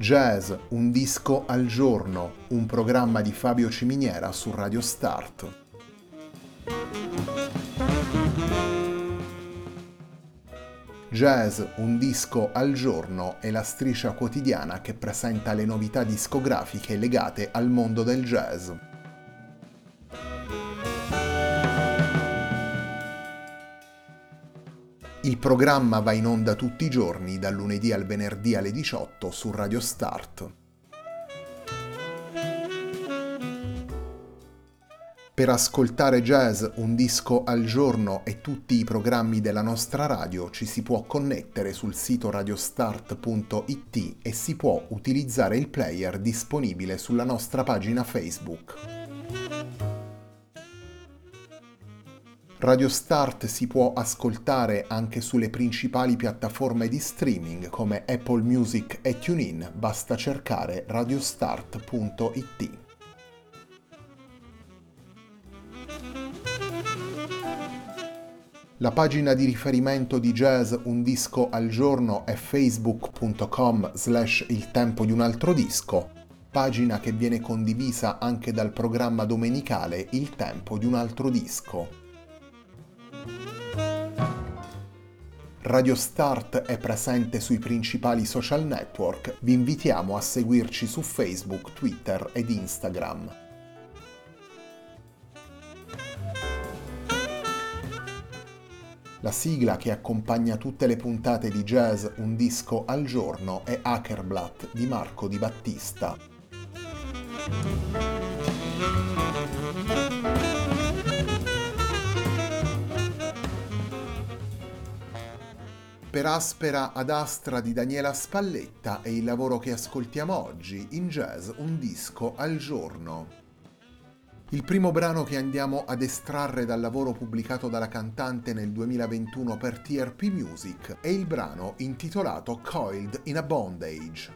Jazz, un disco al giorno, un programma di Fabio Ciminiera su Radio Start. Jazz, un disco al giorno è la striscia quotidiana che presenta le novità discografiche legate al mondo del jazz. Il programma va in onda tutti i giorni, dal lunedì al venerdì alle 18 su Radio Start. Per ascoltare Jazz, un disco al giorno e tutti i programmi della nostra radio ci si può connettere sul sito radiostart.it e si può utilizzare il player disponibile sulla nostra pagina Facebook. Radio Start si può ascoltare anche sulle principali piattaforme di streaming come Apple Music e TuneIn, basta cercare radiostart.it. La pagina di riferimento di Jazz Un Disco al Giorno è facebook.com/il tempo di un altro disco, pagina che viene condivisa anche dal programma domenicale Il tempo di un altro disco. Radio Start è presente sui principali social network, vi invitiamo a seguirci su Facebook, Twitter ed Instagram. La sigla che accompagna tutte le puntate di Jazz Un Disco al Giorno è Hackerblatt di Marco Di Battista. Per Aspera ad Astra di Daniela Spalletta è il lavoro che ascoltiamo oggi in Jazz Un Disco al Giorno. Il primo brano che andiamo ad estrarre dal lavoro pubblicato dalla cantante nel 2021 per TRP Music è il brano intitolato Coiled in a Bondage.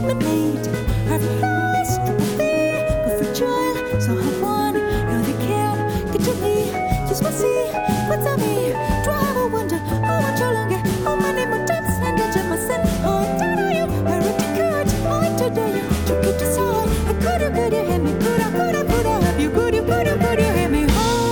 lemonade. Her flowers drip of fear, but fragile, so hard won. No, they can't get to me. Just want to see what's on me. Do I ever wonder how much longer? How many more times and I jump myself? Oh, dare you? I wrote the code. Oh, I told you to get this all. I could you hear me? Could I have you? Could you hear me?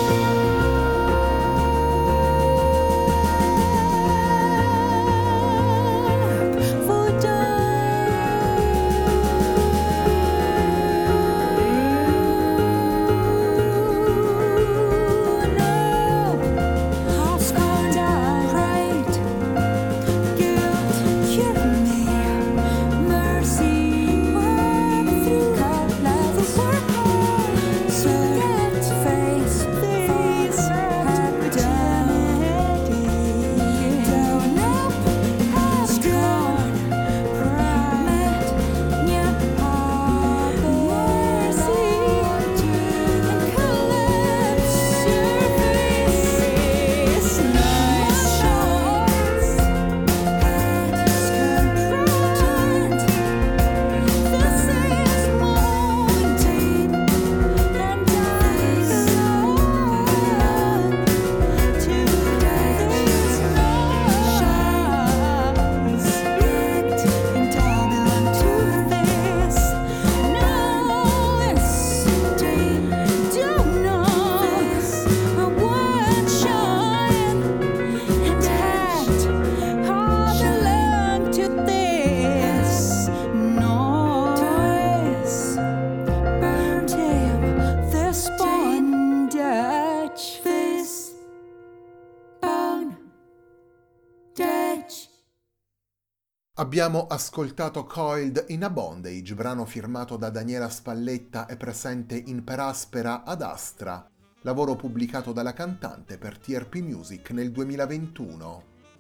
Abbiamo ascoltato Coiled in a Bondage, brano firmato da Daniela Spalletta e presente in Per Aspera ad Astra, lavoro pubblicato dalla cantante per TRP Music nel 2021.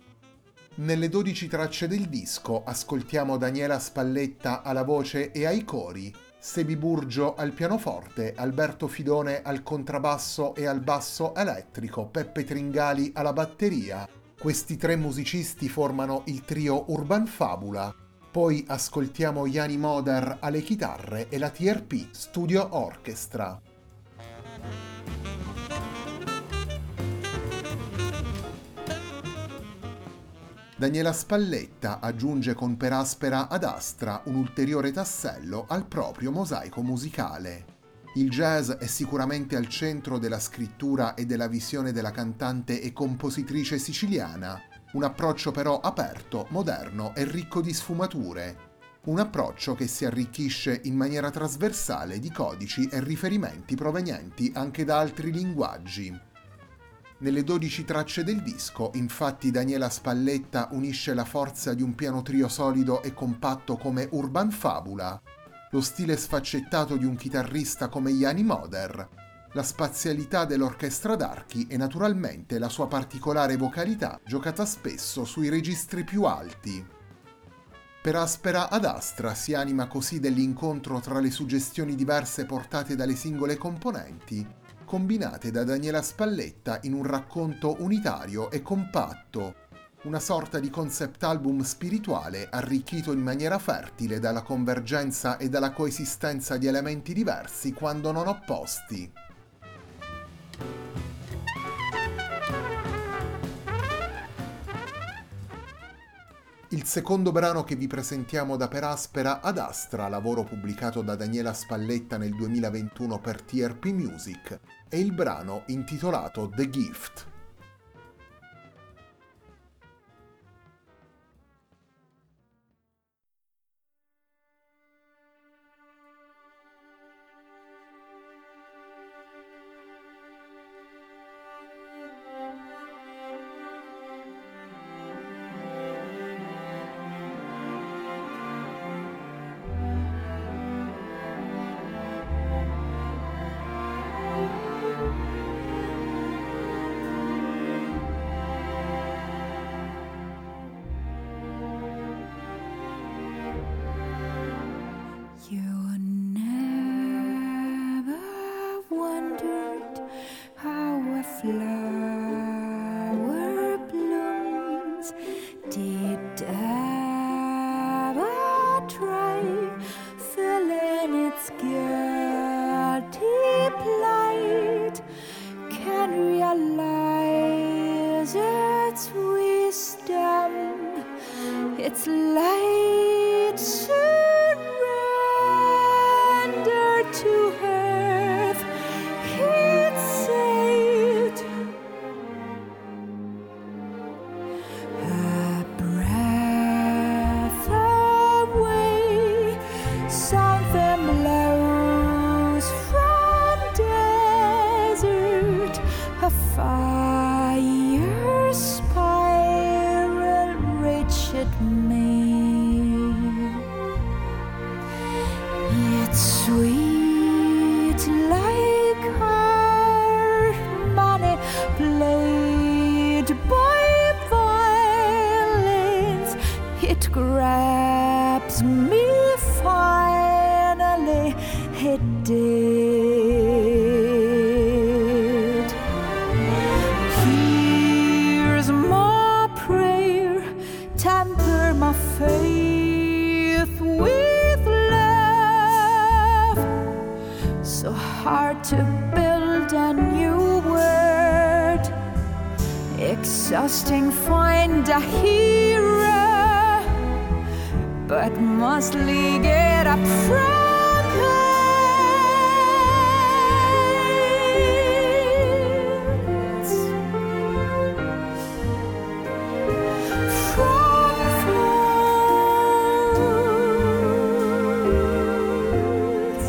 Nelle 12 tracce del disco ascoltiamo Daniela Spalletta alla voce e ai cori, Sebi Burgio al pianoforte, Alberto Fidone al contrabbasso e al basso elettrico, Peppe Tringali alla batteria. Questi tre musicisti formano il trio Urban Fabula. Poi ascoltiamo Yanni Moder alle chitarre e la TRP Studio Orchestra. Daniela Spalletta aggiunge con Per Aspera ad Astra un ulteriore tassello al proprio mosaico musicale. Il jazz è sicuramente al centro della scrittura e della visione della cantante e compositrice siciliana, un approccio però aperto, moderno e ricco di sfumature. Un approccio che si arricchisce in maniera trasversale di codici e riferimenti provenienti anche da altri linguaggi. Nelle 12 tracce del disco, infatti, Daniela Spalletta unisce la forza di un piano trio solido e compatto come Urban Fabula, lo stile sfaccettato di un chitarrista come Yanni Moder, la spazialità dell'orchestra d'archi e naturalmente la sua particolare vocalità giocata spesso sui registri più alti. Per Aspera ad Astra si anima così dell'incontro tra le suggestioni diverse portate dalle singole componenti, combinate da Daniela Spalletta in un racconto unitario e compatto, una sorta di concept album spirituale arricchito in maniera fertile dalla convergenza e dalla coesistenza di elementi diversi quando non opposti. Il secondo brano che vi presentiamo da Per Aspera ad Astra, lavoro pubblicato da Daniela Spalletta nel 2021 per TRP Music, è il brano intitolato The Gift. its light surrender to earth, it sailed a breath away. Something blows from desert, a fire spiral reached me. It's sweet like harmony played by violins. It grabs me finally, it did. Here's my prayer, temper my faith with love. So hard to build a new word, exhausting find a hero, but mostly get up from hands. From fruits.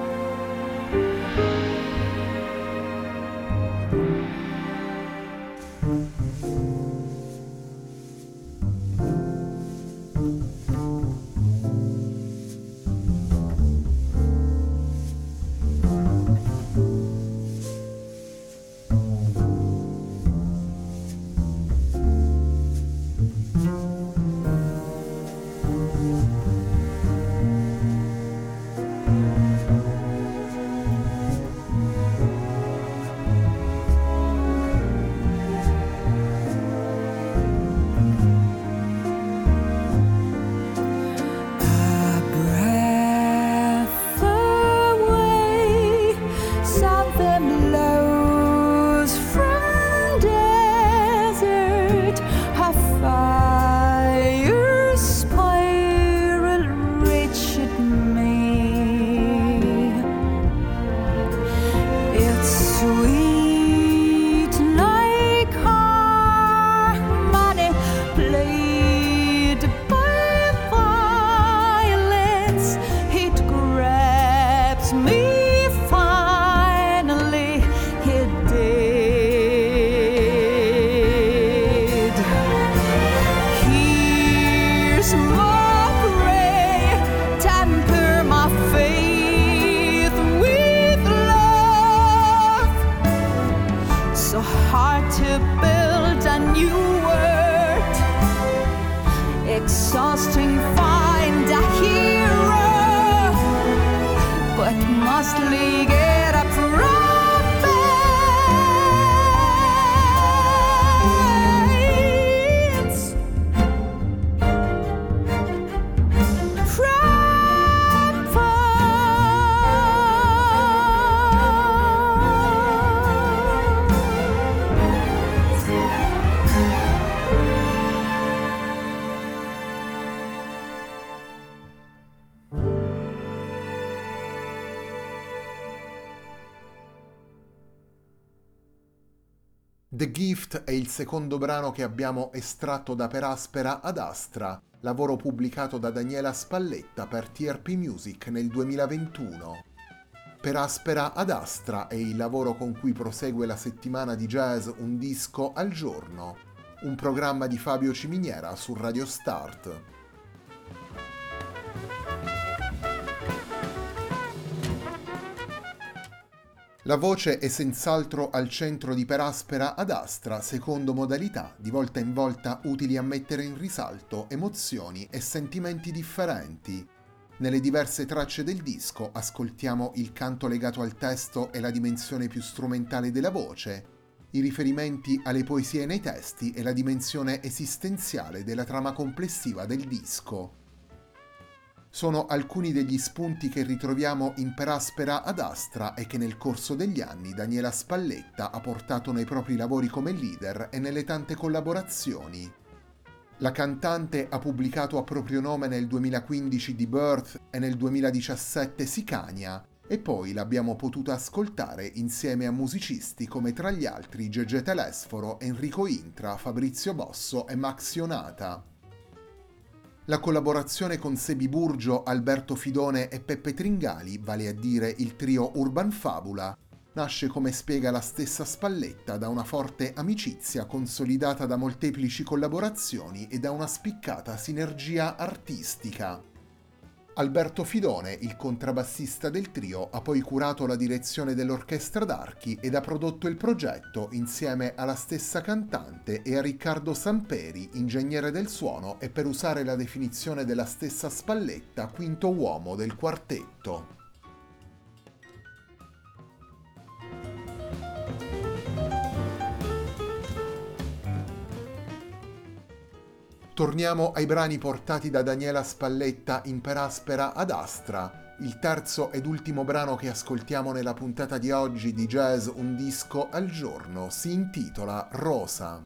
A breath away, something blows from desert, a fire spiral reached me. It's sweet like harmony played by violence. It grabs me finally, it did. Here's my prayer, temper my faith with love. So hard to build a new world, exhausting find a hero, but mostly get up from beds. From The Gift è il secondo brano che abbiamo estratto da Per Aspera ad Astra, lavoro pubblicato da Daniela Spalletta per TRP Music nel 2021. Per Aspera ad Astra è il lavoro con cui prosegue la settimana di jazz Un disco al giorno, un programma di Fabio Ciminiera su Radio Start. La voce è senz'altro al centro di Per Aspera ad Astra, secondo modalità di volta in volta utili a mettere in risalto emozioni e sentimenti differenti. Nelle diverse tracce del disco ascoltiamo il canto legato al testo e la dimensione più strumentale della voce, i riferimenti alle poesie nei testi e la dimensione esistenziale della trama complessiva del disco. Sono alcuni degli spunti che ritroviamo in Per Aspera ad Astra e che nel corso degli anni Daniela Spalletta ha portato nei propri lavori come leader e nelle tante collaborazioni. La cantante ha pubblicato a proprio nome nel 2015 The Birth e nel 2017 Sicania, e poi l'abbiamo potuta ascoltare insieme a musicisti come tra gli altri Gegè Telesforo, Enrico Intra, Fabrizio Bosso e Max Ionata. La collaborazione con Sebi Burgio, Alberto Fidone e Peppe Tringali, vale a dire il trio Urban Fabula, nasce, come spiega la stessa Spalletta, da una forte amicizia consolidata da molteplici collaborazioni e da una spiccata sinergia artistica. Alberto Fidone, il contrabbassista del trio, ha poi curato la direzione dell'orchestra d'archi ed ha prodotto il progetto insieme alla stessa cantante e a Riccardo Samperi, ingegnere del suono e, per usare la definizione della stessa Spalletta, quinto uomo del quartetto. Torniamo ai brani portati da Daniela Spalletta in Peraspera ad Astra. Il terzo ed ultimo brano che ascoltiamo nella puntata di oggi di Jazz Un Disco al Giorno si intitola Rosa.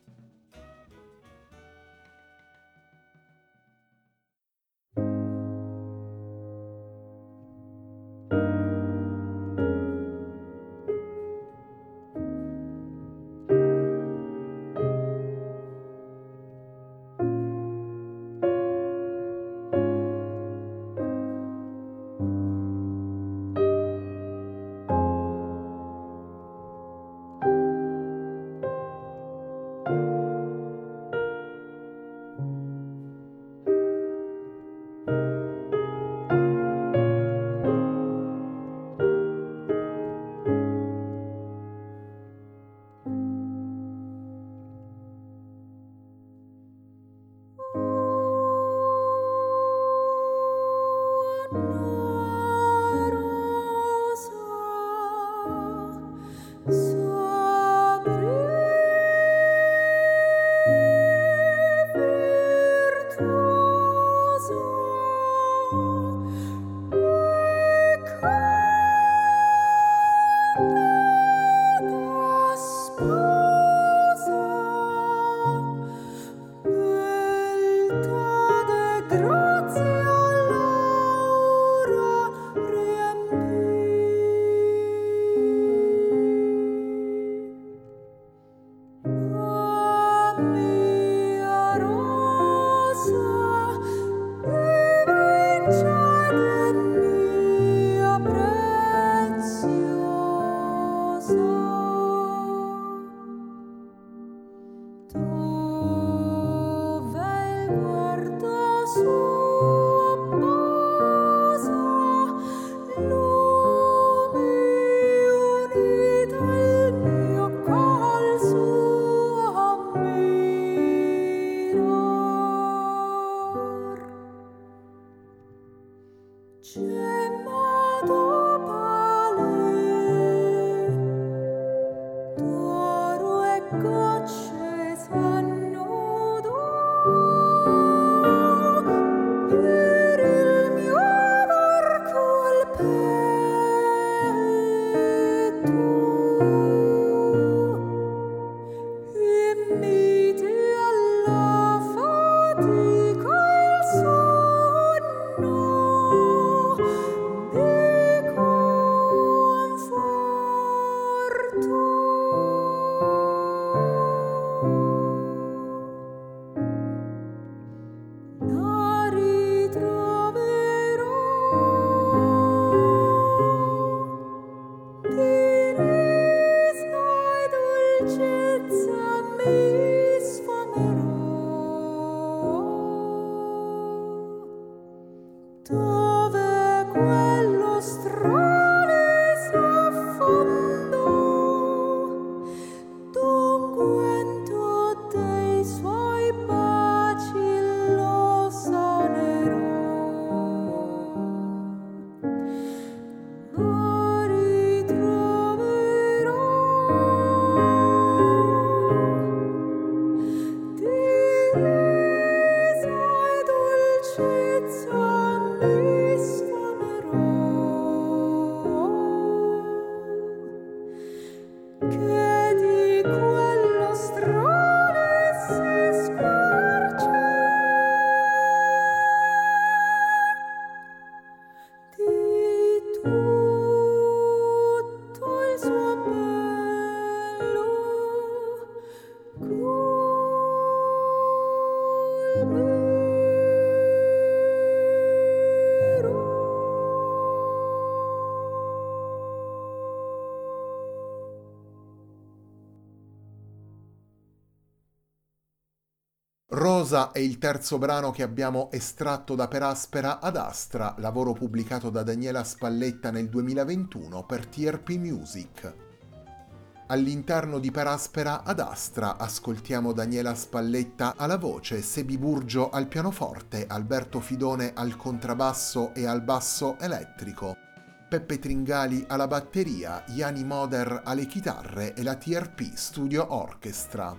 Rosa è il terzo brano che abbiamo estratto da Per Aspera ad Astra, lavoro pubblicato da Daniela Spalletta nel 2021 per TRP Music. All'interno di Per Aspera ad Astra ascoltiamo Daniela Spalletta alla voce, Sebi Burgio al pianoforte, Alberto Fidone al contrabbasso e al basso elettrico, Peppe Tringali alla batteria, Iani Moder alle chitarre e la TRP Studio Orchestra.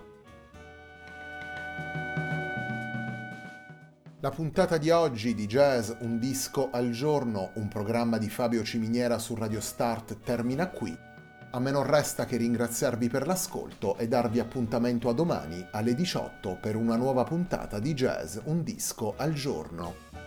La puntata di oggi di Jazz Un disco al giorno, un programma di Fabio Ciminiera su Radio Start, termina qui. A me non resta che ringraziarvi per l'ascolto e darvi appuntamento a domani alle 18 per una nuova puntata di Jazz Un disco al giorno.